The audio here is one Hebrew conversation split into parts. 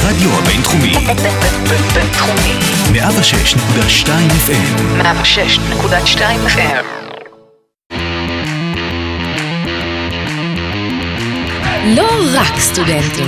הרדיו הבינתחומי. בינתחומי. 106.2 FM. 106.2 FM. לא רק סטודנטים.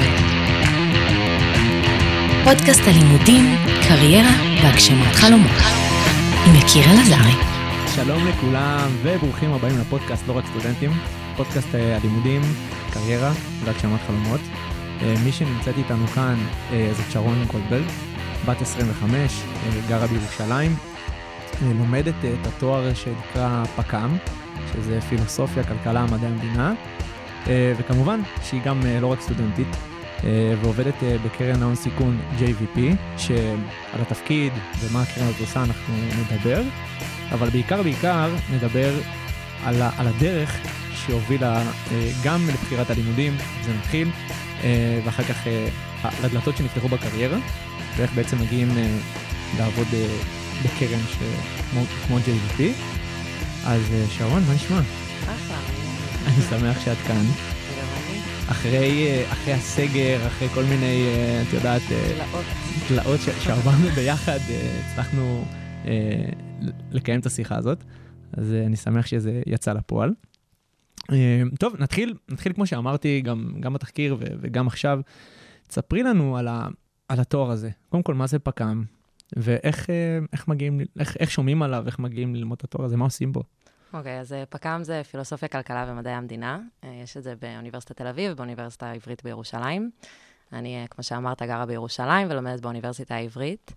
פודקאסט הלימודים, קריירה והגשמת חלומות. עם יקיר אלעזרי. שלום לכולם וברוכים הבאים לפודקאסט לא רק סטודנטים. פודקאסט הלימודים, קריירה והגשמת חלומות. מי שנמצאת איתנו כאן זאת שרון גולדברג, בת 25, גרה בירושלים, לומדת את התואר שנקרא פק"ם, שזה פילוסופיה, כלכלה, מדעי המדינה, וכמובן שהיא גם לא רק סטודנטית, ועובדת בקרן ההון סיכון JVP, שעל התפקיד ומה הקרן הזאת עושה אנחנו נדבר, אבל בעיקר נדבר על הדרך שהובילה גם לבחירת הלימודים, זה מתחיל, ואחר כך לדלתות שנפתחו בקריירה, ואיך בעצם מגיעים לעבוד בקרן כמו JVP. אז שרון, מה נשמע? אחלה. אני שמח שאת כאן. אחרי הסגר, אחרי כל מיני, את יודעת, תלאות שעברנו ביחד, הצלחנו לקיים את השיחה הזאת, אז אני שמח שזה יצא לפועל. טוב, נתחיל כמו שאמרתי, גם בתחקיר וגם עכשיו. תספרי לנו על התואר הזה. קודם כל, מה זה פק"ם? ואיך מגיעים, איך שומעים עליו, איך מגיעים ללמוד את התואר הזה, מה עושים בו? אוקיי, אז פק"ם זה פילוסופיה, כלכלה ומדעי המדינה. יש את זה באוניברסיטת תל אביב, באוניברסיטה העברית בירושלים. אני, כמו שאמרת, גרה בירושלים ולומדת באוניברסיטה העברית.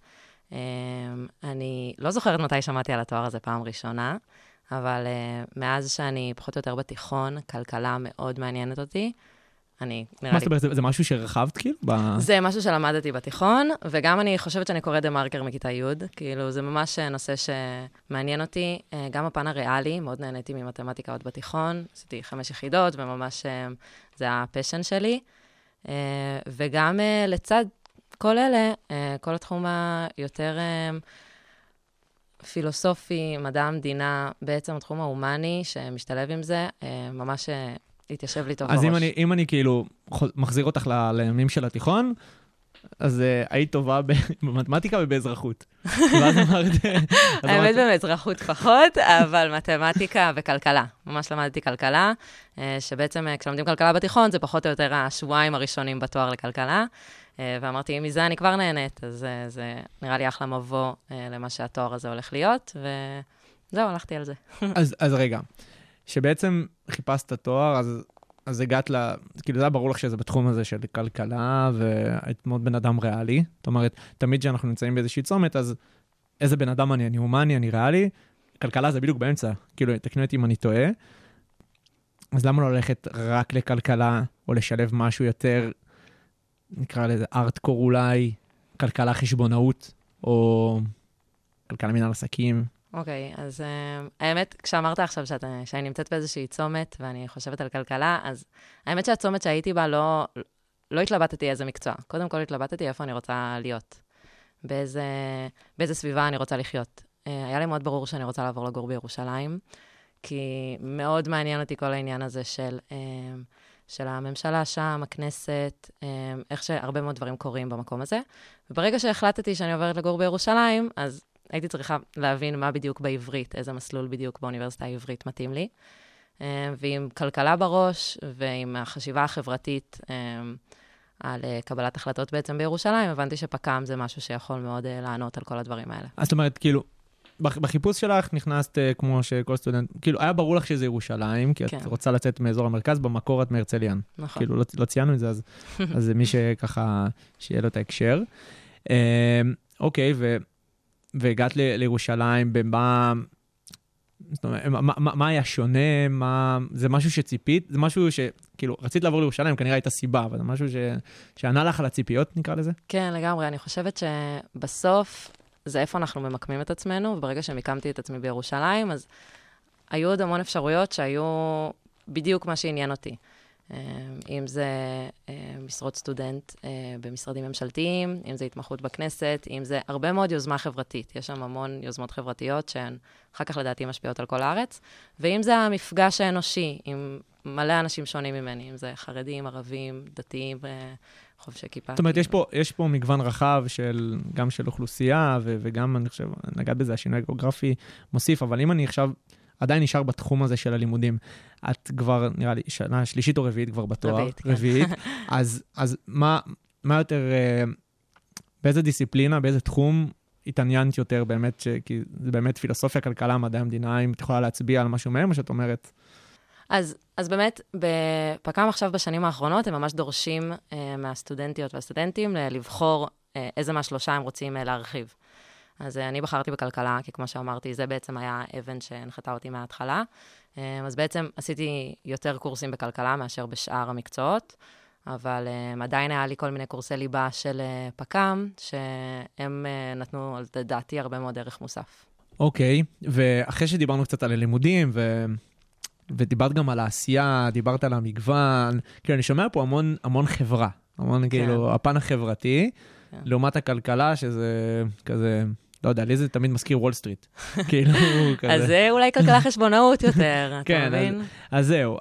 אני לא זוכרת מתי שמעתי על התואר הזה פעם ראשונה, אבל מאז שאני פחות או יותר בתיכון, כלכלה מאוד מעניינת אותי. מה זאת אומרת, זה משהו שרחבת כאילו? זה משהו שלמדתי בתיכון, וגם אני חושבת שאני קוראת דה מרקר מכיתה י', כאילו זה ממש נושא שמעניין אותי, גם הפן הריאלי, מאוד נהניתי ממתמטיקה עוד בתיכון, עשיתי 5 יחידות, וממש זה הפשן שלי, וגם לצד כל אלה, כל התחום היותר פילוסופי, מדע המדינה, בעצם התחום ההומני שמשתלב עם זה, ממש להתיישב לי טוב בראש. אז אם אני כאילו מחזיר אותך לימים של התיכון, אז היית טובה במתמטיקה ובאזרחות. ואז אמרת... האמת באזרחות פחות, אבל מתמטיקה וכלכלה. ממש למדתי כלכלה, שבעצם כשלומדים כלכלה בתיכון, זה פחות או יותר השבועיים הראשונים בתואר לכלכלה, ואמרתי, אם מזה אני כבר נהנית, אז זה נראה לי אחלה מבוא למה שהתואר הזה הולך להיות, וזהו, הלכתי על זה. אז רגע, שבעצם חיפשת תואר, אז הגעת כאילו זה היה ברור לך שזה בתחום הזה של כלכלה, והיית מאוד בן אדם ריאלי. זאת אומרת, תמיד שאנחנו נמצאים באיזושהי צומת, אז איזה בן אדם אני הומני, אני ריאלי. כלכלה זה בדיוק באמצע, כאילו, תקנו אותי אם אני טועה. אז למה לא ללכת רק לכלכלה, או לשלב משהו יותר, נקרא לזה ארטקור אולי, כלכלה חשבונאות, או כלכלה מנהל עסקים? אוקיי, אז האמת, כשאמרת עכשיו שאני נמצאת באיזושהי צומת, ואני חושבת על כלכלה, אז האמת שהצומת שהייתי בה לא התלבטתי איזה מקצוע. קודם כל התלבטתי איפה אני רוצה להיות, באיזה סביבה אני רוצה לחיות. היה לי מאוד ברור שאני רוצה לעבור לגור בירושלים, כי מאוד מעניין אותי כל העניין הזה של הממשלה שם, הכנסת, איך שהרבה מאוד דברים קורים במקום הזה. וברגע שהחלטתי שאני עוברת לגור בירושלים, אז הייתי צריכה להבין מה בדיוק בעברית, איזה מסלול בדיוק באוניברסיטה העברית מתאים לי. ועם כלכלה בראש, ועם החשיבה החברתית על קבלת החלטות בעצם בירושלים, הבנתי שפק"ם זה משהו שיכול מאוד לענות על כל הדברים האלה. אז זאת אומרת, כאילו, בחיפוש שלך נכנסת כמו שכל סטודנט, כאילו, היה ברור לך שזה ירושלים, כי את רוצה לצאת מאזור המרכז, במקור את מהרצליאן. נכון. כאילו, לא ציינו את זה, אז זה מי שככה, שיהיה לו את ההקשר. אוקיי, והגעת לירושלים, מה היה שונה? זה משהו שציפית? זה משהו שכאילו, רצית לעבור לירושלים, כנראה הייתה סיבה, אבל זה משהו שענה לך על הציפיות, נקרא לזה? כן, לגמרי. אני חושבת שבסוף זה איפה אנחנו ממקמים את עצמנו, וברגע שמיקמתי את עצמי בירושלים, אז היו עוד המון אפשרויות שהיו בדיוק מה שעניין אותי. אם זה משרות סטודנט במשרדים ממשלתיים, אם זה התמחות בכנסת, אם זה הרבה מאוד יוזמה חברתית. יש שם המון יוזמות חברתיות שהן אחר כך לדעתי משפיעות על כל הארץ, ואם זה המפגש האנושי עם מלא אנשים שונים ממני, אם זה חרדים, ערבים, דתיים, חובשי כיפה. זאת אומרת, יש פה מגוון רחב גם של אוכלוסייה, וגם, אני חושב, נגעת בזה, השינוי הגיאוגרפי מוסיף, אבל אם אני עכשיו עדיין נשאר בתחום הזה של הלימודים, את כבר, נראה לי, שנה שלישית או רביעית כבר בתואר. רביעית. אז מה יותר, באיזה דיסציפלינה, באיזה תחום התעניינת יותר באמת, כי זה באמת פילוסופיה, כלכלה, מדעי המדינה, אם את יכולה להצביע על משהו מהם, או שאת אומרת? אז באמת, בפק"ם עכשיו בשנים האחרונות, הם ממש דורשים מהסטודנטיות והסטודנטים לבחור איזה מהשלושה הם רוצים להרחיב. אז אני בחרתי בכלכלה, כי כמו שאמרתי, זה בעצם היה אבן שהנחתה אותי מההתחלה. אז בעצם עשיתי יותר קורסים בכלכלה מאשר בשאר המקצועות, אבל עדיין היה לי כל מיני קורסי ליבה של פק"ם, שהם נתנו, לדעתי, הרבה מאוד ערך מוסף. אוקיי, ואחרי שדיברנו קצת על הלימודים, ודיברת גם על העשייה, דיברת על המגוון, כאילו אני שומע פה המון חברה, המון כאילו הפן החברתי, לעומת הכלכלה, שזה כזה, לא יודע, לי זה תמיד מזכיר וול סטריט. כאילו, כזה. אז זה אולי כלכלה חשבונאות יותר, אתה מבין? אז זהו,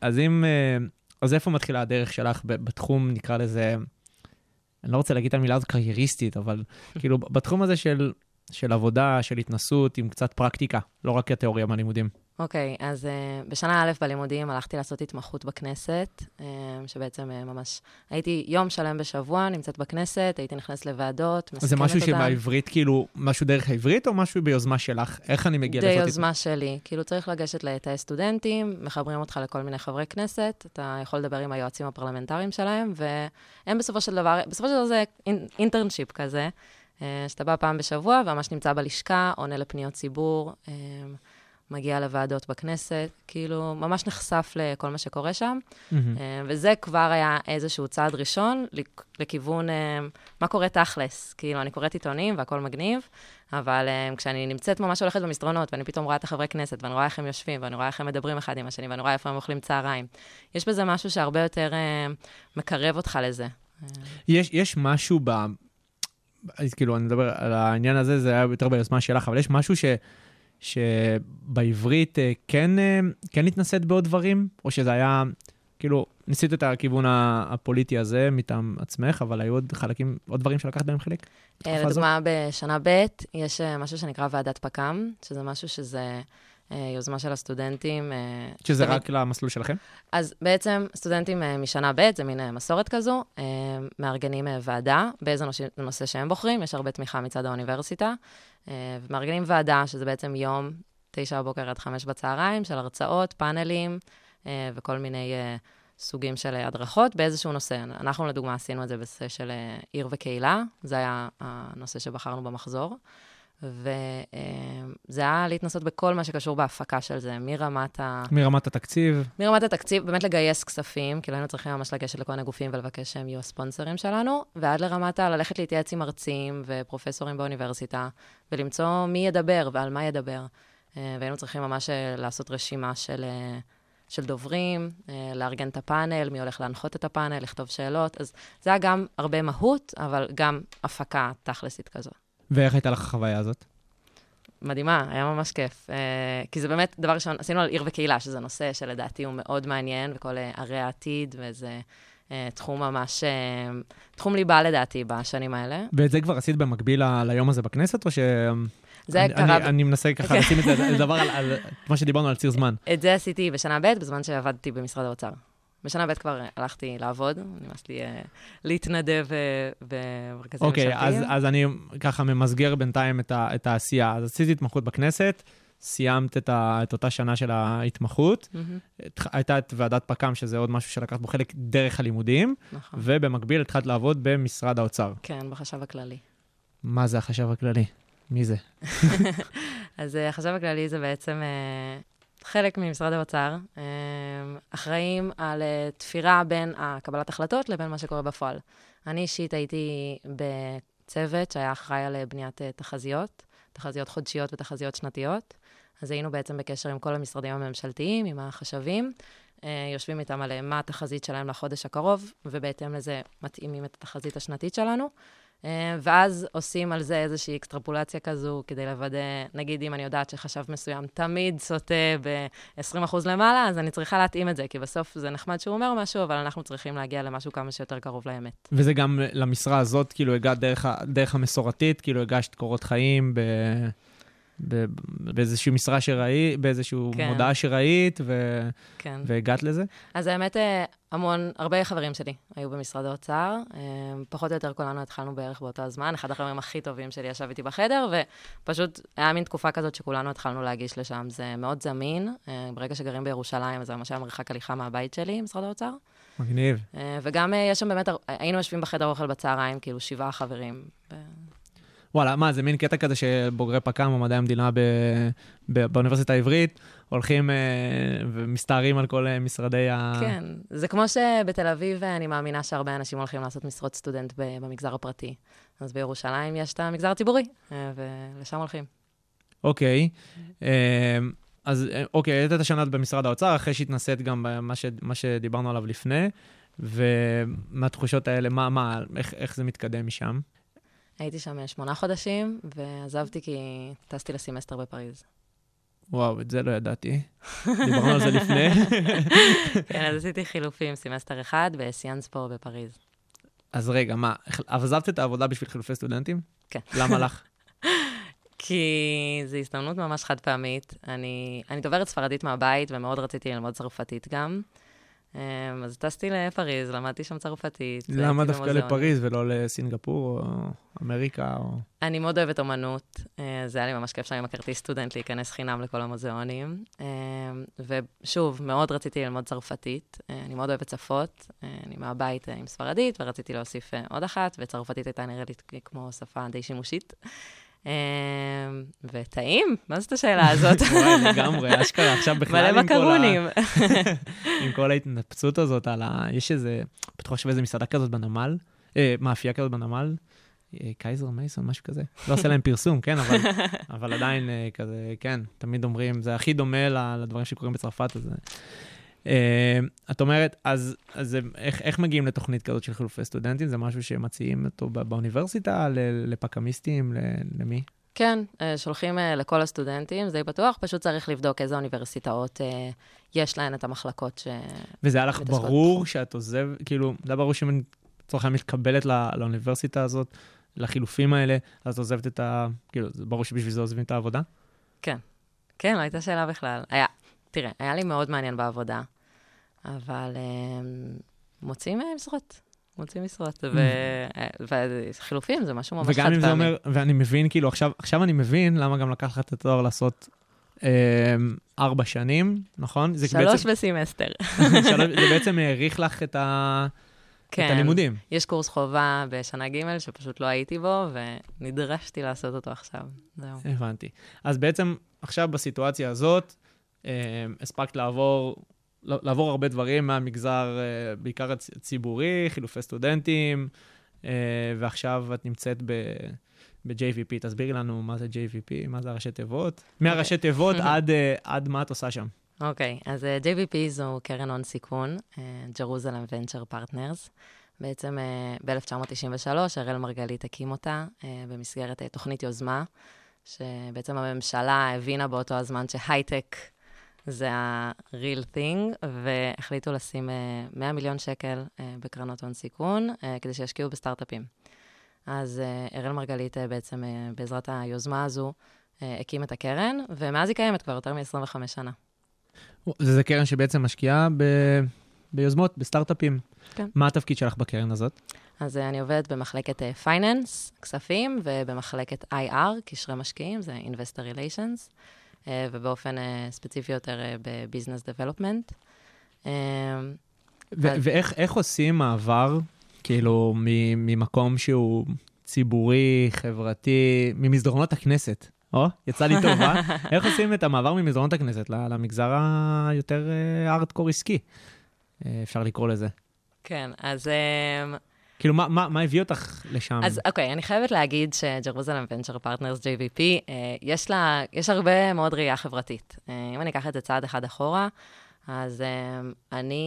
אז איפה מתחילה הדרך שלך בתחום, נקרא לזה, אני לא רוצה להגיד את המילה הזאת קרייריסטית, אבל כאילו בתחום הזה של עבודה, של התנסות, עם קצת פרקטיקה, לא רק התיאוריה מהלימודים. אוקיי, אז בשנה א' בלימודים הלכתי לעשות התמחות בכנסת, שבעצם ממש הייתי יום שלם בשבוע, נמצאת בכנסת, הייתי נכנסת לוועדות, מסכמת אותם. זה משהו שבעברית, כאילו, משהו דרך העברית, או משהו ביוזמה שלך? איך אני מגיע לעשות? ביוזמה שלי. כאילו, צריך לגשת לתאי סטודנטים, מחברים אותך לכל מיני חברי כנסת, אתה יכול לדבר עם היועצים הפרלמנטריים שלהם, והם בסופו של דבר זה אינטרנשיפ כזה, שאתה בא פעם בשבוע, וממש נמצא בלשכה, עונה לפניות ציבור, מגיע לוועדות בכנסת, כאילו ממש נחשף לכל מה שקורה שם, וזה כבר היה איזשהו צעד ראשון לכיוון מה קורה תכלס. כאילו, אני קוראת עיתונים והכל מגניב, אבל כשאני נמצאת ממש הולכת במסדרונות, ואני פתאום רואה את החברי כנסת, ואני רואה איך הם יושבים, ואני רואה איך הם מדברים אחד עם השני, ואני רואה איפה הם אוכלים צהריים. יש בזה משהו שהרבה יותר מקרב אותך לזה. יש משהו כאילו, אני מדבר על העניין הזה, זה היה יותר ביוזמה שלך, אבל יש משהו שבעברית כן התנסית בעוד דברים, או שזה היה, כאילו, ניסית את הכיוון הפוליטי הזה מטעם עצמך, אבל היו עוד חלקים, עוד דברים שלקחת בהם חלק? לדוגמה, בשנה ב' יש משהו שנקרא ועדת פק"ם, שזה משהו שזה יוזמה של הסטודנטים. שזה רק למסלול שלכם? אז בעצם סטודנטים משנה ב', זה מין מסורת כזו, מארגנים ועדה, באיזה נושא שהם בוחרים, יש הרבה תמיכה מצד האוניברסיטה, ומארגנים ועדה, שזה בעצם יום 9 בבוקר עד 5 בצהריים, של הרצאות, פאנלים, וכל מיני סוגים של הדרכות באיזשהו נושא. אנחנו לדוגמה עשינו את זה בנושא של עיר וקהילה, זה היה הנושא שבחרנו במחזור, וזה היה להתנסות בכל מה שקשור בהפקה של זה, מרמת התקציב. מרמת התקציב, באמת לגייס כספים, כי לא היינו צריכים ממש לגשת לכל מיני גופים ולבקש שהם יהיו הספונסרים שלנו, ועד לרמת ללכת להתייעץ עם מרצים ופרופסורים באוניברסיטה, ולמצוא מי ידבר ועל מה ידבר. והיינו צריכים ממש לעשות רשימה של דוברים, לארגן את הפאנל, מי הולך להנחות את הפאנל, לכתוב שאלות. אז זה היה גם הרבה מהות, אבל גם הפקה תכלסית כזו. ואיך הייתה לך החוויה הזאת? מדהימה, היה ממש כיף. כי זה באמת דבר ראשון, עשינו על עיר וקהילה, שזה נושא שלדעתי הוא מאוד מעניין, וכל ערי העתיד, וזה תחום ממש, תחום ליבה לדעתי בשנים האלה. ואת זה כבר עשית במקביל ליום הזה בכנסת, או ש... זה קרה... אני מנסה ככה לשים את זה, לדבר על מה שדיברנו על ציר זמן. את זה עשיתי בשנה ב', בזמן שעבדתי במשרד האוצר. בשנה ב' כבר הלכתי לעבוד, נמאס לי להתנדב במרכזים ממשלתיים. אוקיי, אז אני ככה ממסגר בינתיים את העשייה. אז עשיתי התמחות בכנסת, סיימת את אותה שנה של ההתמחות, הייתה את ועדת פק"ם, שזה עוד משהו שלקחת בו חלק דרך הלימודים, ובמקביל התחלת לעבוד במשרד האוצר. כן, בחשב הכללי. מה זה החשב הכללי? מי זה? אז החשב הכללי זה בעצם חלק ממשרד האוצר, אחראים על תפירה בין קבלת החלטות לבין מה שקורה בפועל. אני אישית הייתי בצוות שהיה אחראי על בניית תחזיות חודשיות ותחזיות שנתיות, אז היינו בעצם בקשר עם כל המשרדים הממשלתיים, עם החשבים, יושבים איתם על מה התחזית שלהם לחודש הקרוב, ובהתאם לזה מתאימים את התחזית השנתית שלנו. ואז עושים על זה איזושהי אקסטרפולציה כזו, כדי לוודא, נגיד אם אני יודעת שחשב מסוים תמיד סוטה ב-20% למעלה, אז אני צריכה להתאים את זה, כי בסוף זה נחמד שהוא אומר משהו, אבל אנחנו צריכים להגיע למשהו כמה שיותר קרוב לאמת. וזה גם למשרה הזאת, כאילו הגעת דרך המסורתית, כאילו הגשת קורות חיים באיזושהי משרה שראית, באיזושהי מודעה שראית, והגעת לזה? אז האמת, הרבה חברים שלי היו במשרד האוצר, פחות או יותר כולנו התחלנו בערך באותו הזמן, אחד החברים הכי טובים שלי ישב איתי בחדר, ופשוט היה מין תקופה כזאת שכולנו התחלנו להגיש לשם, זה מאוד זמין, ברגע שגרים בירושלים, זה ממש היה מרחק הליכה מהבית שלי, משרד האוצר. מגניב. וגם יש שם באמת, היינו יושבים בחדר אוכל בצהריים, כאילו 7 חברים. וואלה, מה, זה מין קטע כזה שבוגרי פק"ם או מדעי המדינה באוניברסיטה העברית, הולכים ומסתערים על כל משרדי כן, זה כמו שבתל אביב אני מאמינה שהרבה אנשים הולכים לעשות משרות סטודנט במגזר הפרטי. אז בירושלים יש את המגזר הציבורי, ולשם הולכים. אוקיי. אז אוקיי, היית את השנה במשרד האוצר, אחרי שהתנסית גם במה שדיברנו עליו לפני, ומהתחושות האלה, איך זה מתקדם משם? הייתי שם 8 חודשים, ועזבתי כי טסתי לסמסטר בפריז. וואו, את זה לא ידעתי. דיברנו על זה לפני. כן, אז עשיתי חילופים, סמסטר אחד בסיאנס פה בפריז. אז רגע, מה, עזבת את העבודה בשביל חילופי סטודנטים? כן. למה לך? כי זו הזדמנות ממש חד פעמית. אני דוברת ספרדית מהבית, ומאוד רציתי ללמוד צרפתית גם. אז טסתי לפריז, למדתי שם צרפתית. למה דווקא לפריז ולא לסינגפור או אמריקה? אני מאוד אוהבת אומנות. זה היה לי ממש כיף שם עם הכרטיס סטודנט להיכנס חינם לכל המוזיאונים. ושוב, מאוד רציתי ללמוד צרפתית. אני מאוד אוהבת שפות. אני מהבית עם ספרדית, ורציתי להוסיף עוד אחת, וצרפתית הייתה נראית לי כמו שפה די שימושית. וטעים? מה זאת השאלה הזאת? וואי, לגמרי, אשכרה, עכשיו בכלל מלא מקרונים. עם כל ההתנפצות הזאת, יש איזה, בטוח שבאיזה מסעדה כזאת בנמל, מאפייה כזאת בנמל, קייזר מייסון, משהו כזה. לא עושה להם פרסום, כן, אבל עדיין כזה, כן, תמיד אומרים, זה הכי דומה לדברים שקורים בצרפת, אז את אומרת, אז איך מגיעים לתוכנית כזאת של חילופי סטודנטים? זה משהו שמציעים אותו באוניברסיטה, לפקמיסטים, למי? כן, שולחים לכל הסטודנטים, זה בטוח, פשוט צריך לבדוק איזה אוניברסיטאות יש להן את המחלקות וזה היה לך ברור שאת עוזב, כאילו, זה היה ברור שאם צורך היה מתקבלת לאוניברסיטה הזאת, לחילופים האלה, אז את עוזבת את כאילו, זה ברור שבשביל זה עוזבים את העבודה? כן, כן, לא הייתה שאלה בכלל. תראה, היה לי מאוד מעניין בעבודה, אבל מוצאים משרות, וחילופים זה משהו ממש חד פעמי. וגם אם זה אומר, ואני מבין, כאילו, עכשיו אני מבין למה גם לקח את התואר לעשות 4 שנים, נכון? 3 בסמסטר. זה בעצם העריך לך את הלימודים. יש קורס חובה בשנה ג' שפשוט לא הייתי בו, ונדרשתי לעשות אותו עכשיו. זהו. הבנתי. אז בעצם עכשיו בסיטואציה הזאת, הספקת לעבור הרבה דברים מהמגזר, בעיקר הציבורי, חילופי סטודנטים, ועכשיו את נמצאת ב-JVP. תסבירי לנו מה זה JVP, מה זה הראשי תיבות. מהראשי תיבות עד מה את עושה שם. אוקיי, אז JVP זו קרן הון סיכון, Jerusalem Venture Partners. בעצם ב-1993, הראל מרגלית הקים אותה במסגרת תוכנית יוזמה, שבעצם הממשלה הבינה באותו הזמן שהייטק זה ה-real thing, והחליטו לשים 100 מיליון שקל בקרנות הון סיכון, כדי שישקיעו בסטארט-אפים. אז הראל מרגלית בעצם בעזרת היוזמה הזו הקים את הקרן, ומאז היא קיימת כבר יותר מ-25 שנה. זה קרן שבעצם משקיעה ביוזמות, בסטארט-אפים. כן. מה התפקיד שלך בקרן הזאת? אז אני עובדת במחלקת פייננס, כספים, ובמחלקת IR, קשרי משקיעים, זה Investor Relations, ובאופן ספציפי יותר בביזנס דבלופמנט. ואיך עושים מעבר, כאילו, ממקום שהוא ציבורי, חברתי, ממסדרונות הכנסת? יצא לי טוב, איך עושים את המעבר ממסדרונות הכנסת למגזר היותר הארדקור עסקי? אפשר לקרוא לזה. כן, אז כאילו, מה הביא אותך לשם? אז אוקיי, אני חייבת להגיד שג'רוזלם ונצ'ר פרטנרס, JVP, יש הרבה מאוד ראייה חברתית. אם אני אקח את זה צעד אחד אחורה, אז אני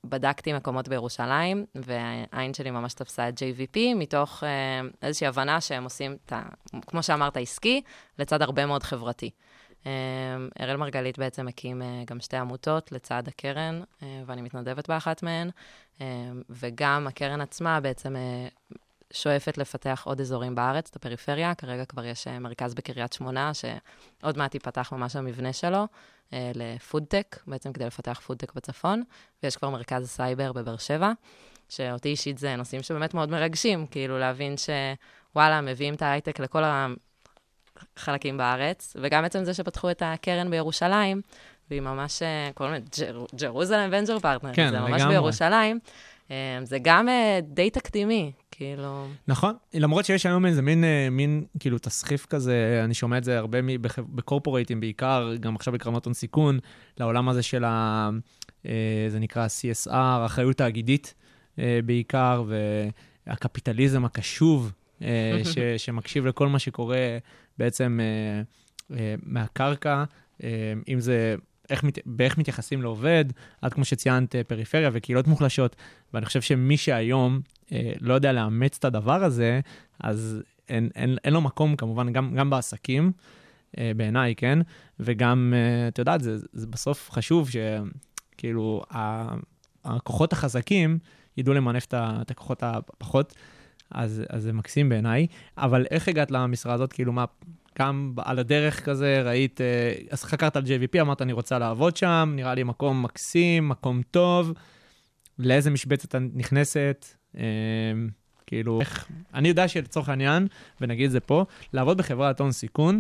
בדקתי מקומות בירושלים, והעין שלי ממש תפסה את JVP, מתוך איזושהי הבנה שהם עושים, כמו שאמרת, עסקי, לצד הרבה מאוד חברתי. אראל מרגלית בעצם הקים גם שתי עמותות לצד הקרן, ואני מתנדבת באחת מהן, וגם הקרן עצמה בעצם שואפת לפתח עוד אזורים בארץ, את הפריפריה. כרגע כבר יש מרכז בקריית שמונה, שעוד מעט ייפתח ממש המבנה שלו, לפודטק, בעצם כדי לפתח פודטק בצפון, ויש כבר מרכז סייבר בבאר שבע, שאותי אישית זה נושאים שבאמת מאוד מרגשים, כאילו להבין שוואלה, מביאים את ההייטק לכל החלקים בארץ, וגם בעצם זה שפתחו את הקרן בירושלים, והיא ממש, קוראים לה ג'רוזלם ונצ'ר פרטנר, כן, זה ממש לגמרי. בירושלים, זה גם די תקדימי, כאילו... נכון, למרות שיש היום איזה מין כאילו תסחיף כזה, אני שומע את זה הרבה בקורפורייטים בעיקר, גם עכשיו בקרנות הון סיכון, לעולם הזה של זה נקרא CSR, אחריות תאגידית בעיקר, והקפיטליזם הקשוב, שמקשיב לכל מה שקורה בעצם מהקרקע, אם זה... באיך מתייחסים לעובד, עד כמו שציינת פריפריה וקהילות מוחלשות, ואני חושב שמי שהיום לא יודע לאמץ את הדבר הזה, אז אין לו מקום כמובן גם בעסקים, בעיניי, כן? וגם, אתה יודעת, זה בסוף חשוב שכאילו הכוחות החזקים ידעו למנף את הכוחות הפחות, אז זה מקסים בעיניי, אבל איך הגעת למשרה הזאת, כאילו מה... גם על הדרך כזה, ראית, אז חקרת על JVP, אמרת, אני רוצה לעבוד שם, נראה לי מקום מקסים, מקום טוב, לאיזה משבצת את נכנסת, כאילו, אני יודע שלצורך העניין, ונגיד את זה פה, לעבוד בחברת הון סיכון,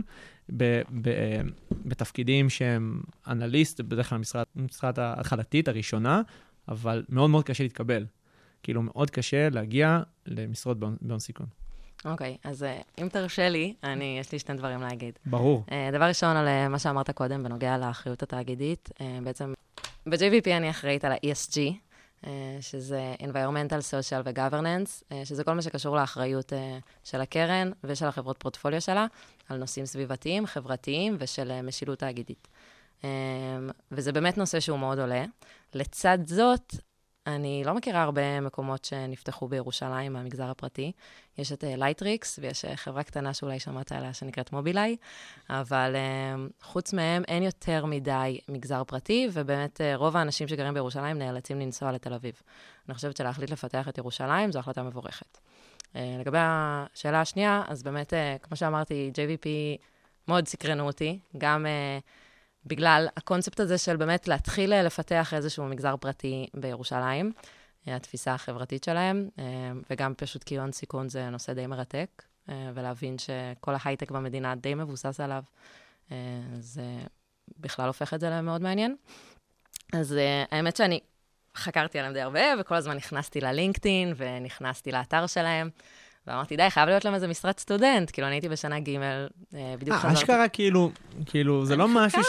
בתפקידים שהם אנליסט, בדרך כלל משרת ההתחלתית, הראשונה, אבל מאוד מאוד קשה להתקבל. כאילו, מאוד קשה להגיע למשרות בהון סיכון. אוקיי, אז אם תרשה לי, יש לי שני דברים להגיד. ברור. דבר ראשון על מה שאמרת קודם, בנוגע לאחריות התאגידית. בעצם, ב-JVP אני אחראית על ה-ESG, שזה Environmental, Social ו-Governance, שזה כל מה שקשור לאחריות של הקרן ושל החברות פורטפוליו שלה, על נושאים סביבתיים, חברתיים ושל משילות תאגידית. וזה באמת נושא שהוא מאוד עולה. לצד זאת, אני לא מכירה הרבה מקומות שנפתחו בירושלים מהמגזר הפרטי. יש את לייטריקס, ויש חברה קטנה שאולי שמעת עליה שנקראת מובילאיי, אבל חוץ מהם אין יותר מדי מגזר פרטי, ובאמת רוב האנשים שגרים בירושלים נאלצים לנסוע לתל אביב. אני חושבת שלהחליט לפתח את ירושלים זו החלטה מבורכת. לגבי השאלה השנייה, אז באמת, כמו שאמרתי, JVP מאוד סקרנו אותי, גם... בגלל הקונספט הזה של באמת להתחיל לפתח איזשהו מגזר פרטי בירושלים, התפיסה החברתית שלהם, וגם פשוט כי הון סיכון זה נושא די מרתק, ולהבין שכל ההייטק במדינה די מבוסס עליו, זה בכלל הופך את זה למאוד מעניין. אז האמת שאני חקרתי עליהם די הרבה, וכל הזמן נכנסתי ללינקדאין, ונכנסתי לאתר שלהם, ואמרתי, די, חייב להיות להם איזה משרת סטודנט, כאילו אני הייתי בשנה ג' בדיוק חזרתי. אשכרה כאילו, זה לא משהו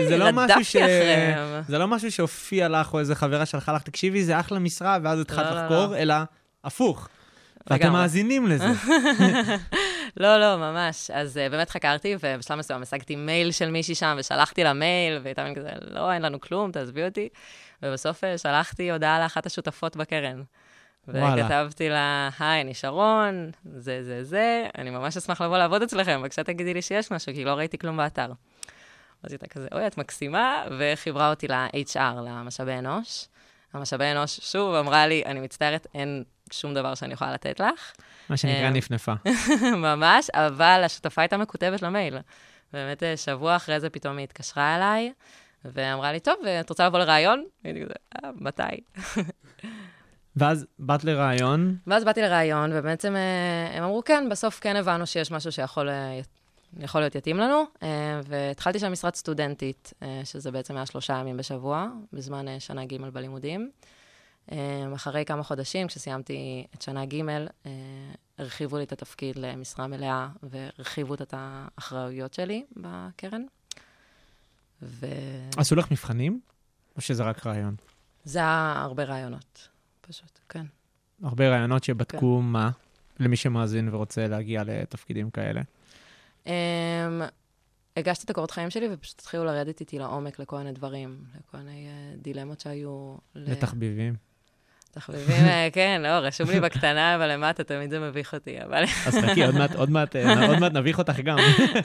זה לא משהו שהופיע לך, או איזה חברה שלך לך, תקשיבי, זה אחלה משרה, ואז התחלת לחקור, אלא הפוך. ואתם מאזינים לזה. לא, ממש. אז באמת חקרתי, ובשלב מסוים השגתי מייל של מישהי שם, ושלחתי לה מייל, והייתה מין כזה, לא, אין לנו כלום, תעזבי אותי. ובסוף שלחתי הודעה לאחת השותפות בקרן. וכתבתי לה, היי, אני שרון, זה, אני ממש אשמח לבוא לעבוד אצלכם, בבקשה תגידי לי שיש משהו, כי לא ראיתי כלום באתר. אז הייתה כזה, אוי, את מקסימה, וחיברה אותי ל-HR, למשאבי אנוש. המשאבי אנוש, שוב, אמרה לי, אני מצטערת, אין שום דבר שאני יכולה לתת לך. מה שנקרא נפנפה. ממש, אבל השותפה הייתה מקוטבת למייל. באמת, שבוע אחרי זה פתאום היא התקשרה אליי, ואמרה לי, טוב, את רוצה לבוא לרעיון? הייתי כזה, מתי? ואז באת לרעיון? ואז באתי לרעיון, ובעצם הם אמרו, כן, בסוף כן הבנו שיש משהו שיכול להיות יתאים לנו, והתחלתי שם משרת סטודנטית, שזה בעצם היה 3 ימים בשבוע, בזמן שנה ג' בלימודים. אחרי כמה חודשים, כשסיימתי את שנה ג', הרחיבו לי את התפקיד למשרה מלאה, והרחיבו את האחראויות שלי בקרן. עשו לך מבחנים? או שזה רק רעיון? זה היה הרבה רעיונות. פשוט, כן. הרבה רעיונות שבדקו מה? למי שמאזין ורוצה להגיע לתפקידים כאלה. הגשתי את הקורות חיים שלי, ופשוט התחילו לרדת איתי לעומק לכל מיני דברים, לכל מיני דילמות שהיו. לתחביבים. תחביבים, כן, לא, רשום לי בקטנה, אבל למטה תמיד זה מביך אותי, אבל... אז חכי, עוד מעט נביך אותך גם.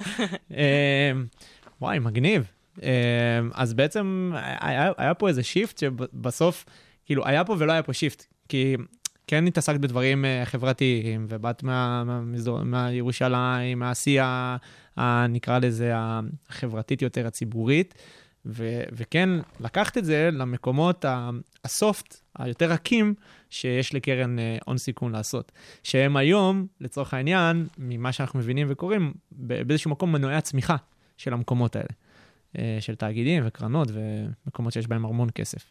וואי, מגניב. אז בעצם היה פה איזה שיפט שבסוף, כאילו, היה פה ולא היה פה שיפט, כי כן התעסקת בדברים חברתיים, ובאת מהירושלים, מהעשייה, נקרא לזה, החברתית יותר, הציבורית, וכן, לקחת את זה למקומות הסופט, היותר רכים, שיש לקרן הון סיכון לעשות. שהם היום, לצורך העניין, ממה שאנחנו מבינים וקוראים, באיזשהו מקום מנועי הצמיחה של המקומות האלה. של תאגידים וקרנות ומקומות שיש בהם המון כסף.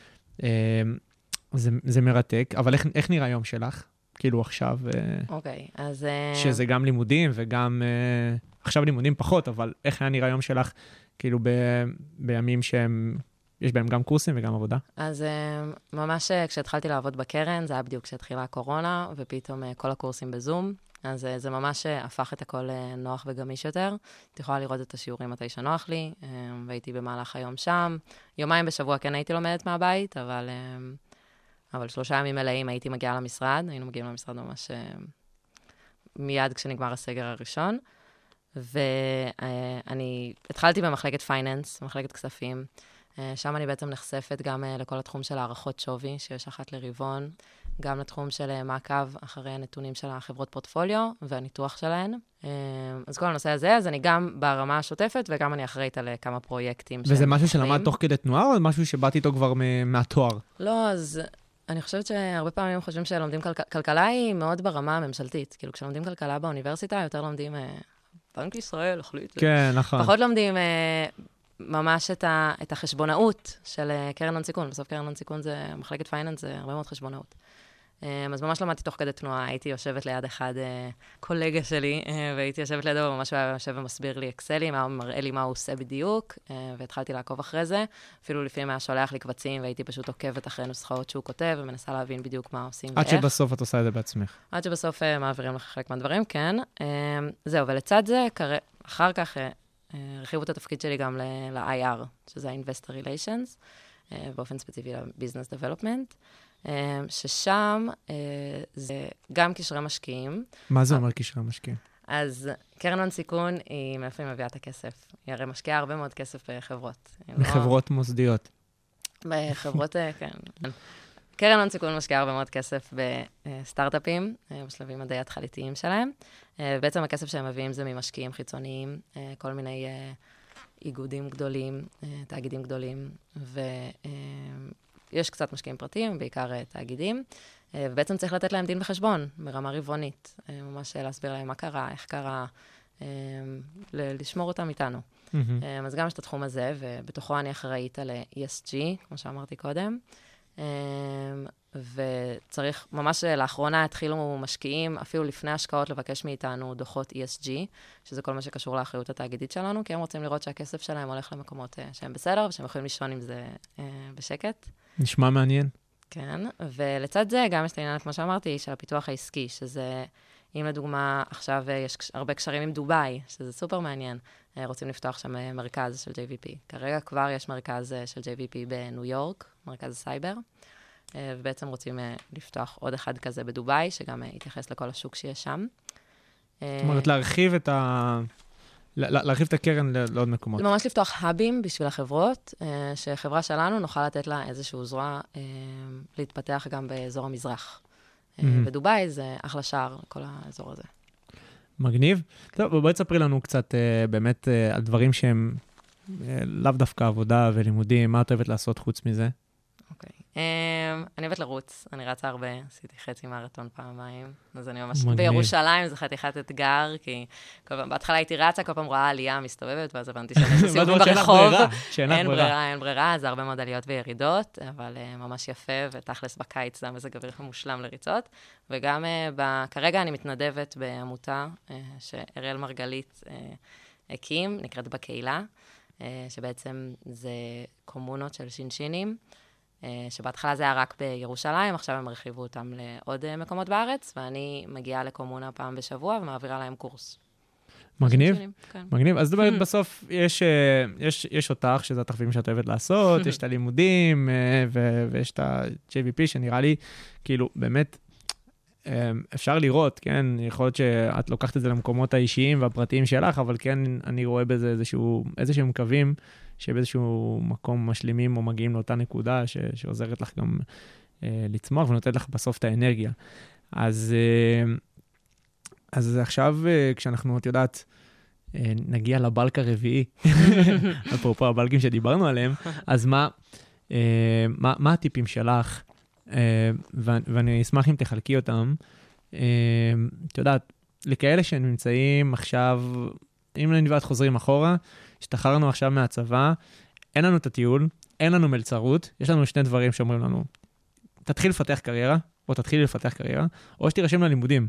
זה מרתק, אבל איך נראה היום שלך? כאילו עכשיו... אוקיי, אז... שזה גם לימודים וגם... עכשיו לימודים פחות, אבל איך היה נראה היום שלך, כאילו בימים שהם... יש בהם גם קורסים וגם עבודה? אז ממש כשהתחלתי לעבוד בקרן, זה היה בדיוק כשהתחילה הקורונה, ופתאום כל הקורסים בזום, אז זה ממש הפך את הכל נוח וגמיש יותר. את יכולה לראות את השיעורים מתי שנוח לי, והייתי במהלך היום שם. יומיים בשבוע כן הייתי לומדת מהבית, אבל 3 ימים מלאים הייתי מגיעה למשרד, היינו מגיעים למשרד ממש מיד כשנגמר הסגר הראשון, ואני התחלתי במחלקת פייננס, מחלקת כספים, שם אני בעצם נחשפת גם לכל התחום של הערכות שווי, שיש אחת לרבעון, גם לתחום של מעקב אחרי הנתונים של החברות פורטפוליו והניתוח שלהן. אז כל הנושא הזה, אז אני גם ברמה השוטפת, וגם אני אחראית על כמה פרויקטים. וזה משהו שלמד תוך כדי תנועה, או משהו שבאתי איתו כבר מהתואר? לא, אז אני חושבת שהרבה פעמים חושבים שלומדים כלכלה היא מאוד ברמה הממשלתית. כאילו, כשלומדים כלכלה באוניברסיטה, יותר לומדים בנק ישראל, החליט. כן, נכון. פחות לומדים ממש את החשבונאות של קרן הון סיכון. בסוף קרן הון סיכון זה, מחלקת פייננס זה הרבה מאוד חשבונאות. אז ממש למדתי תוך כדי תנועה, הייתי יושבת ליד אחד קולגה שלי, והייתי יושבת לידו, וממש הוא היה יושב ומסביר לי אקסלים, מראה לי מה הוא עושה בדיוק, והתחלתי לעקוב אחרי זה. אפילו לפעמים היה שולח לי קבצים, והייתי פשוט עוקבת אחרי נוסחאות שהוא כותב, ומנסה להבין בדיוק מה עושים ואיך. עד שבסוף את עושה את זה בעצמך. עד שבסוף מעבירים לך חלק מהדברים, כן. זהו, ולצד זה, אחר כך הרחיבו את התפקיד שלי גם ל-IR, שזה ה-Investor Relations, באופן ספציפי ל-Business Development. ששם זה גם קשרי משקיעים. מה זה אומר קשרי משקיעים? אז קרן הון סיכון היא מאיפה היא מביאה את הכסף. היא הרי משקיעה הרבה מאוד כסף בחברות. בחברות מוסדיות. בחברות, כן. קרן הון סיכון משקיעה הרבה מאוד כסף בסטארט-אפים, בשלבים הדי התחליתיים שלהם. בעצם הכסף שהם מביאים זה ממשקיעים חיצוניים, כל מיני איגודים גדולים, תאגידים גדולים, יש קצת משקיעים פרטיים, בעיקר תאגידים, ובעצם צריך לתת להם דין וחשבון ברמה רבעונית, ממש להסביר להם מה קרה, איך קרה, לשמור אותם איתנו. אז גם יש את התחום הזה, ובתוכו אני אחראית על ESG, כמו שאמרתי קודם, וצריך, ממש לאחרונה התחילו משקיעים, אפילו לפני השקעות, לבקש מאיתנו דוחות ESG, שזה כל מה שקשור לאחריות התאגידית שלנו, כי הם רוצים לראות שהכסף שלהם הולך למקומות שהם בסדר, ושהם יכולים לישון עם זה בשקט. נשמע מעניין. כן, ולצד זה גם יש את העניין, כמו שאמרתי, של הפיתוח העסקי, שזה, אם לדוגמה, עכשיו יש הרבה קשרים עם דוביי, שזה סופר מעניין, רוצים לפתוח שם מרכז של JVP. כרגע כבר יש מרכז של JVP בניו יורק, מרכז הסייבר, ובעצם רוצים לפתוח עוד אחד כזה בדוביי, שגם יתייחס לכל השוק שיש שם. זאת אומרת, להרחיב את הקרן לעוד מקומות. ממש לפתוח האבים בשביל החברות, שחברה שלנו נוכל לתת לה איזשהו זרוע להתפתח גם באזור המזרח. ודוביי זה אחלה שער, כל האזור הזה. מגניב. טוב, בואי תספרי לנו קצת באמת על דברים שהם לאו דווקא עבודה ולימודים, מה את אוהבת לעשות חוץ מזה? אוקיי. אני אוהבת לרוץ, אני רצה הרבה, עשיתי חצי מרתון פעמיים, אז אני ממש... בירושלים זה חתיכת אתגר, כי בהתחלה הייתי רצה, כל פעם רואה עלייה מסתובבת, ואז הבנתי שאני סיבובים ברחוב. אין ברירה, זה הרבה מאוד עליות וירידות, אבל ממש יפה, ותכלס בקיץ זה המזג אוויר מושלם לריצות, וגם כרגע אני מתנדבת בעמותה שאריאל מרגלית הקים, נקראת בקהילה, שבעצם זה קומונות של שינשינים, שבהתחלה זה היה רק בירושלים, עכשיו הם הרחיבו אותם לעוד מקומות בארץ, ואני מגיעה לקומונה פעם בשבוע ומעבירה להם קורס. מגניב? כן. מגניב. אז זאת אומרת, בסוף יש אותך, שזה התחביבים שאת אוהבת לעשות, יש את הלימודים, ויש את ה-JVP, שנראה לי, כאילו, באמת, אפשר לראות, כן? יכול להיות שאת לוקחת את זה למקומות האישיים והפרטיים שלך, אבל כן, אני רואה בזה איזשהם קווים, שבאיזשהו מקום משלימים או מגיעים לאותה נקודה, שעוזרת לך גם לצמוח, ונותנת לך בסוף את האנרגיה. אז עכשיו, כשאנחנו, את יודעת, נגיע לבלק הרביעי, אפרופו הבלקים שדיברנו עליהם, אז מה הטיפים שלך? ואני אשמח אם תחלקי אותם. את יודעת, לכאלה שנמצאים עכשיו, אם נדעת חוזרים אחורה, השתחררנו עכשיו מהצבא, אין לנו את הטיול, אין לנו מלצרות, יש לנו שני דברים שאומרים לנו, תתחיל לפתח קריירה, או תתחיל לפתח קריירה, או שתירשם ללימודים.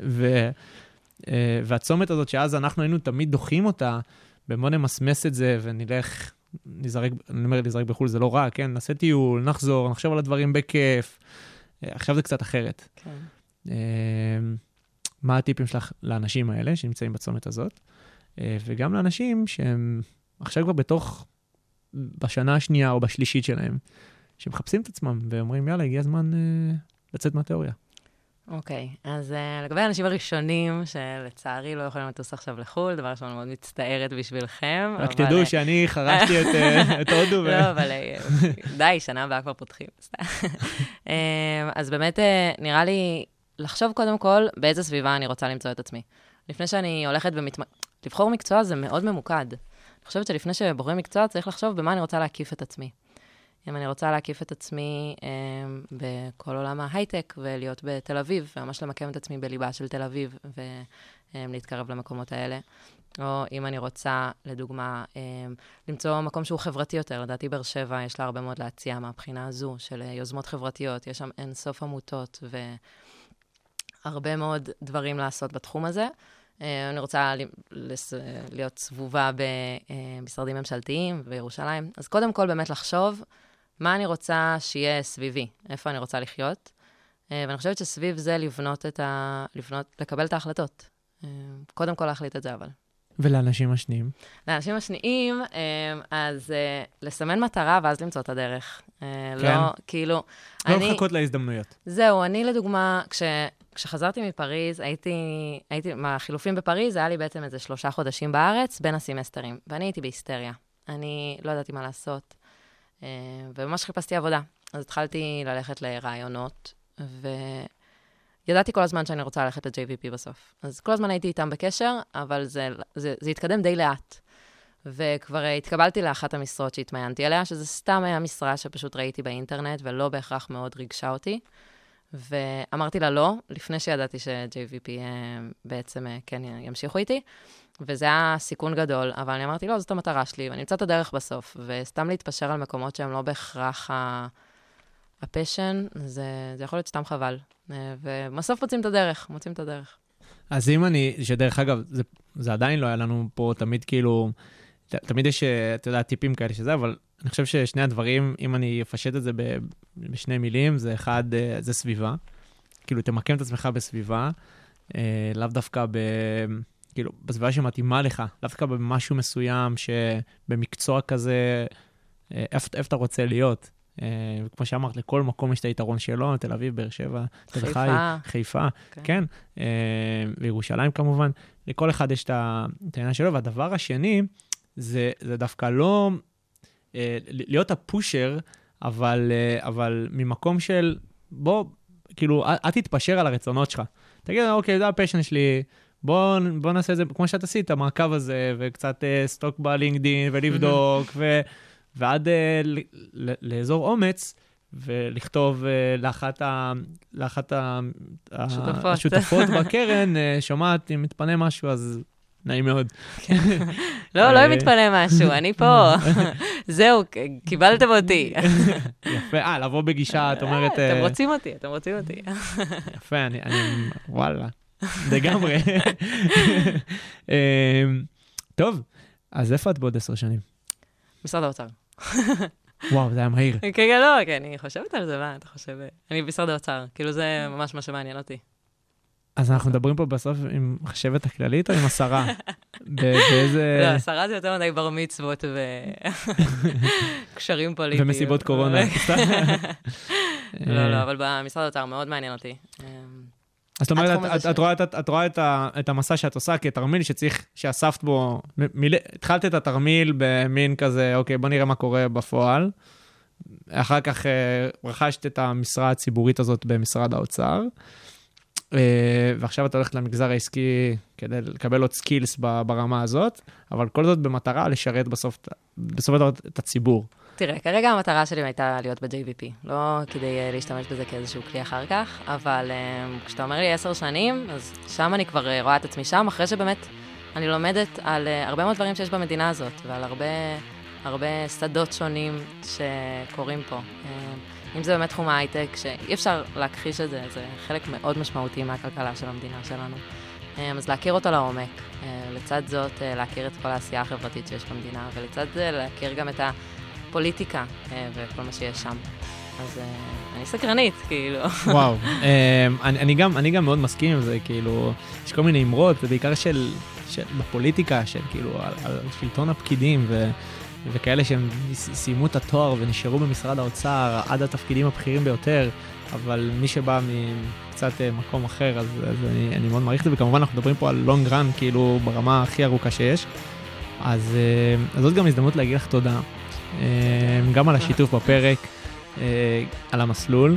והצומת הזאת שאז אנחנו היינו תמיד דוחים אותה, במה נמסמס את זה ונלך, אני אומר לזרק בחול, זה לא רע, כן? נעשה טיול, נחזור, נחשוב על הדברים בכיף. עכשיו זה קצת אחרת. כן. מה הטיפים שלך לאנשים האלה שנמצאים בצומת הזאת? וגם לאנשים שהם עכשיו כבר בשנה השנייה או בשלישית שלהם, שמחפשים את עצמם ואומרים, יאללה, הגיע הזמן לצאת מהתיאוריה. אוקיי, אז לגבי האנשים הראשונים, שלצערי לא יכולים לטוס עכשיו לחול, דבר שאני מאוד מצטערת בשבילכם. רק תדעו שאני חרשתי את הודו. לא, אבל די, שנה הבאה כבר פותחים. אז באמת נראה לי לחשוב קודם כל באיזה סביבה אני רוצה למצוא את עצמי. לפני שאני הולכת לבחור מקצוע זה מאוד ממוקד. אני חושבת שלפני שבוחרים מקצוע צריך לחשוב במה אני רוצה להקיף את עצמי. אם אני רוצה להקיף את עצמי בכל עולם ההייטק ולהיות בתל אביב, וממש למקם את עצמי בליבה של תל אביב ולהתקרב למקומות האלה, או אם אני רוצה, לדוגמה, למצוא מקום שהוא חברתי יותר, לדעתי באר שבע יש לה הרבה מאוד להציע מהבחינה הזו של יוזמות חברתיות, יש שם אין סוף עמותות והרבה מאוד דברים לעשות בתחום הזה. אני רוצה להיות סבובה במשרדים ממשלתיים בירושלים, אז קודם כל באמת לחשוב מה אני רוצה שיהיה סביבי, איפה אני רוצה לחיות, ואני חושבת שסביב זה לקבל את ההחלטות. קודם כל להחליט את זה, אבל. ולאנשים השניים? לאנשים השניים, אז לסמן מטרה ואז למצוא את הדרך. כן. לא, כאילו... לא לחכות להזדמנויות. זהו, אני לדוגמה, כשחזרתי מפריז, מהחילופים בפריז, היה לי בעצם איזה 3 חודשים בארץ, בין הסמסטרים, ואני הייתי בהיסטריה. אני לא ידעתי מה לעשות. וממש חיפשתי עבודה. אז התחלתי ללכת לרעיונות, וידעתי כל הזמן שאני רוצה ללכת ל-JVP בסוף. אז כל הזמן הייתי איתם בקשר, אבל זה התקדם די לאט. וכבר התקבלתי לאחת המשרות שהתמיינתי עליה, שזה סתם היה משרה שפשוט ראיתי באינטרנט, ולא בהכרח מאוד ריגשה אותי. ואמרתי לה לא, לפני שידעתי ש-JVP בעצם כן ימשיכו איתי. וזה היה סיכון גדול, אבל אני אמרתי, לא, זאת המטרה שלי, ואני אמצא את הדרך בסוף, וסתם להתפשר על מקומות שהם לא בהכרח הפשן, זה יכול להיות סתם חבל. ובסוף מוצאים את הדרך. אז אם שדרך אגב, זה עדיין לא היה לנו פה תמיד כאילו, תמיד יש, אתה יודע, טיפים כאלה שזה, אבל אני חושב ששני הדברים, אם אני אפשט את זה בשני מילים, זה אחד, זה סביבה. כאילו, תמקם את עצמך בסביבה, לאו דווקא כאילו, בסביבה שמתאימה לך, דווקא במשהו מסוים, שבמקצוע כזה, איפה אתה רוצה להיות. כמו שאמרת, לכל מקום יש את היתרון שלו, תל אביב, באר שבע, תל חי, חיפה, כן, וירושלים כמובן, לכל אחד יש את העניין שלו, והדבר השני, זה דווקא לא להיות הפושר, אבל ממקום של, בוא, כאילו, אל תתפשר על הרצונות שלך. תגיד, אוקיי, זה הפשן שלי, בוא נעשה את זה, כמו שאת עשית, המעקב הזה, וקצת סטוק בלינקדין, ולבדוק, ועד לאזור אומץ, ולכתוב לאחת השותפות בקרן, שומעת, אם מתפנה משהו, אז נעים מאוד. לא מתפנה משהו, אני פה. זהו, קיבלתם אותי. יפה, לבוא בגישה, את אומרת... אתם רוצים אותי. יפה, אני וואלה. לגמרי. טוב, אז איפה את בעוד 10 שנים? משרד האוצר. וואו, זה היה מהיר. כן, לא, אני חושבת על זה, מה אתה חושב? אני במשרד האוצר, כאילו זה ממש מה שמעניין אותי. אז אנחנו מדברים פה בסוף עם חשבת הכללית או עם השרה? באיזה... לא, השרה זה יותר מדי בר מצוות וקשרים פוליטיים. ומסיבות קורונה. לא, אבל במשרד האוצר מאוד מעניין אותי. אז זאת אומרת, את רואה את המסע שאת עושה כתרמיל שצריך, שאספת בו, התחלת את התרמיל במין כזה, אוקיי, בוא נראה מה קורה בפועל. אחר כך רכשת את המשרה הציבורית הזאת במשרד האוצר, ועכשיו אתה הולכת למגזר העסקי כדי לקבל עוד סקילס ברמה הזאת, אבל כל זאת במטרה לשרת בסוף את הציבור. תראה, כרגע המטרה שלי הייתה להיות ב-JVP, לא כדי להשתמש בזה כאיזשהו כלי אחר כך, אבל כשאתה אומר לי 10 שנים, אז שם אני כבר רואה את עצמי שם, אחרי שבאמת אני לומדת על הרבה מאוד דברים שיש במדינה הזאת, ועל הרבה שדות שונים שקורים פה. אם זה באמת תחום ההייטק, שאי אפשר להכחיש את זה, זה חלק מאוד משמעותי מהכלכלה של המדינה שלנו. אז להכיר אותו לעומק, לצד זאת להכיר את כל העשייה החברתית שיש במדינה, ולצד זה להכיר גם את הפוליטיקה וכל מה שיש שם. אז אני סקרנית, כאילו. וואו, אני גם מאוד מסכים עם זה, כאילו, יש כל מיני אמרות, ובעיקר בפוליטיקה, של כאילו, על שלטון הפקידים, וכאלה שהם סיימו את התואר ונשארו במשרד האוצר עד התפקידים הבכירים ביותר, אבל מי שבא מקצת מקום אחר, אז אני מאוד מעריך את זה, וכמובן אנחנו מדברים פה על long run, כאילו ברמה הכי ארוכה שיש. אז זאת גם הזדמנות להגיד לך תודה, גם על השיתוף בפרק, על המסלול,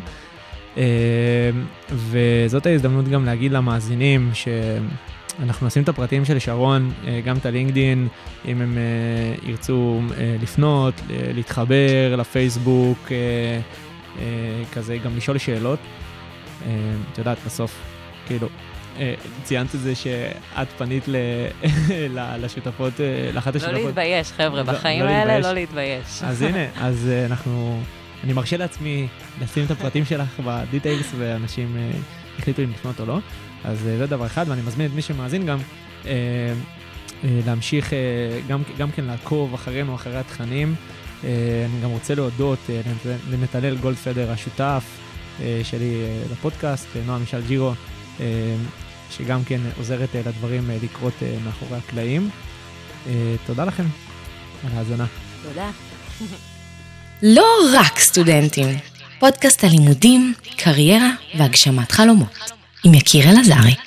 וזאת ההזדמנות גם להגיד למאזינים אנחנו נשים את הפרטים של שרון, גם את הלינקדין, אם הם ירצו לפנות, להתחבר לפייסבוק, כזה, גם לשאול שאלות. את יודעת, בסוף, כאילו, ציינת את זה שאת פנית לשותפות, לאחת השותפות. לא להתבייש, חבר'ה, בחיים האלה לא להתבייש. אז הנה, אז אני מרשה לעצמי לשים את הפרטים שלך בדיטיילס, ואנשים החליטו אם לפנות או לא. אז זה דבר אחד, ואני מזמין את מי שמאזין גם להמשיך, גם כן לעקוב אחרינו, אחרי התכנים. אני גם רוצה להודות לנתנאל גולדפדר, השותף שלי לפודקאסט, נועה מישל ג'ירו, שגם כן עוזרת לדברים לקרות מאחורי הקלעים. תודה לכם על ההאזנה. תודה. לא רק סטודנטים, פודקאסט הלימודים, קריירה והגשמת חלומות. עם יקיר אלעזרי.